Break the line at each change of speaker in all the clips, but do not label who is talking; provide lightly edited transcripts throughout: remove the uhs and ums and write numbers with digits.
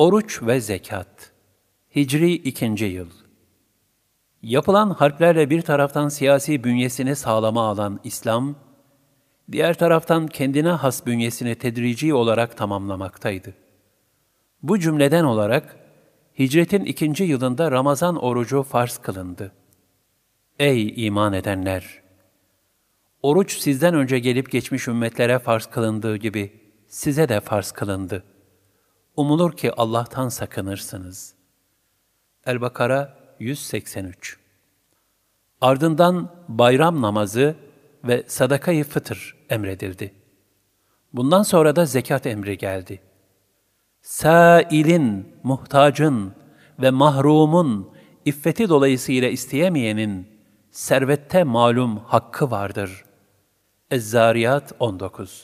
Oruç ve zekat. Hicri 2. yıl. Yapılan harplerle bir taraftan siyasi bünyesini sağlama alan İslam, diğer taraftan kendine has bünyesini tedrici olarak tamamlamaktaydı. Bu cümleden olarak, hicretin 2. yılında Ramazan orucu farz kılındı. Ey iman edenler! Oruç sizden önce gelip geçmiş ümmetlere farz kılındığı gibi size de farz kılındı. Umulur ki Allah'tan sakınırsınız. El-Bakara 183. Ardından bayram namazı ve sadakayı fıtır emredildi. Bundan sonra da zekat emri geldi. Sâilin, muhtacın ve mahrumun, iffeti dolayısıyla isteyemeyenin, servette malum hakkı vardır. Ez-Zariyat 19.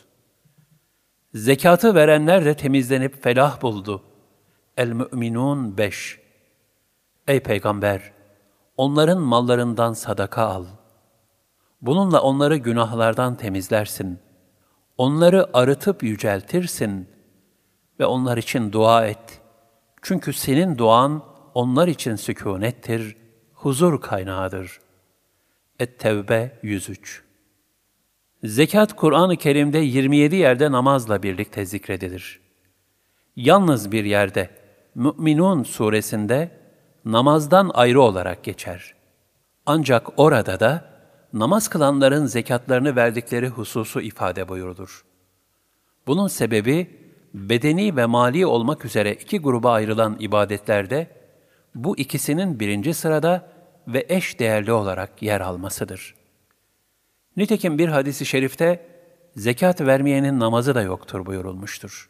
Zekatı verenler de temizlenip felah buldu. El-Mü'minun 5. Ey Peygamber! Onların mallarından sadaka al. Bununla onları günahlardan temizlersin. Onları arıtıp yüceltirsin ve onlar için dua et. Çünkü senin duan onlar için sükûnettir, huzur kaynağıdır. Et-Tevbe 103. Zekat, Kur'an-ı Kerim'de 27 yerde namazla birlikte zikredilir. Yalnız bir yerde, Mü'minun suresinde namazdan ayrı olarak geçer. Ancak orada da namaz kılanların zekatlarını verdikleri hususu ifade buyurulur. Bunun sebebi, bedeni ve mali olmak üzere iki gruba ayrılan ibadetlerde, bu ikisinin birinci sırada ve eş değerli olarak yer almasıdır. Nitekim bir hadis-i şerifte, zekat vermeyenin namazı da yoktur buyurulmuştur.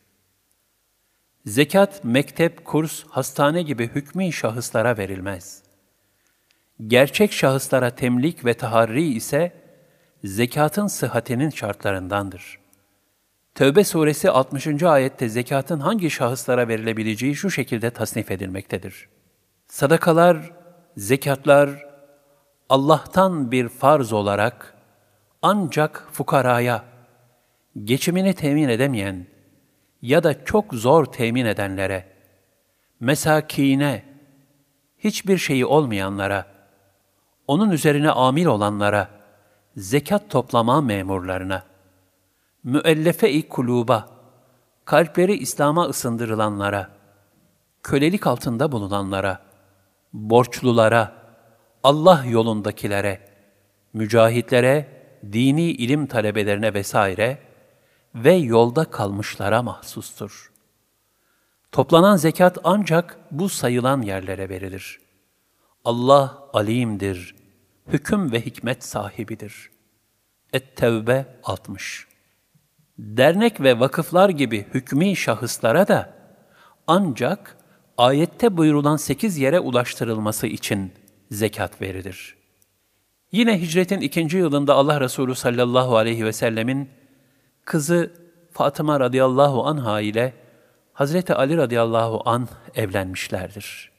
Zekat, mektep, kurs, hastane gibi hükmî şahıslara verilmez. Gerçek şahıslara temlik ve taharri ise, zekatın sıhhatinin şartlarındandır. Tevbe suresi 60. ayette zekatın hangi şahıslara verilebileceği şu şekilde tasnif edilmektedir. Sadakalar, zekatlar, Allah'tan bir farz olarak, ancak fukaraya, geçimini temin edemeyen ya da çok zor temin edenlere, mesakine, hiçbir şeyi olmayanlara, onun üzerine amil olanlara, zekat toplama memurlarına, müellefe-i kuluba, kalpleri İslam'a ısındırılanlara, kölelik altında bulunanlara, borçlulara, Allah yolundakilere, mücahitlere, dini ilim talebelerine vesaire ve yolda kalmışlara mahsustur. Toplanan zekat ancak bu sayılan yerlere verilir. Allah alimdir, hüküm ve hikmet sahibidir. Et-Tevbe 60. Dernek ve vakıflar gibi hükmî şahıslara da ancak ayette buyurulan 8 yere ulaştırılması için zekat verilir. Yine hicretin 2. yılında Allah Resulü sallallahu aleyhi ve sellemin kızı Fatıma radıyallahu anha ile Hazreti Ali radıyallahu anh evlenmişlerdir.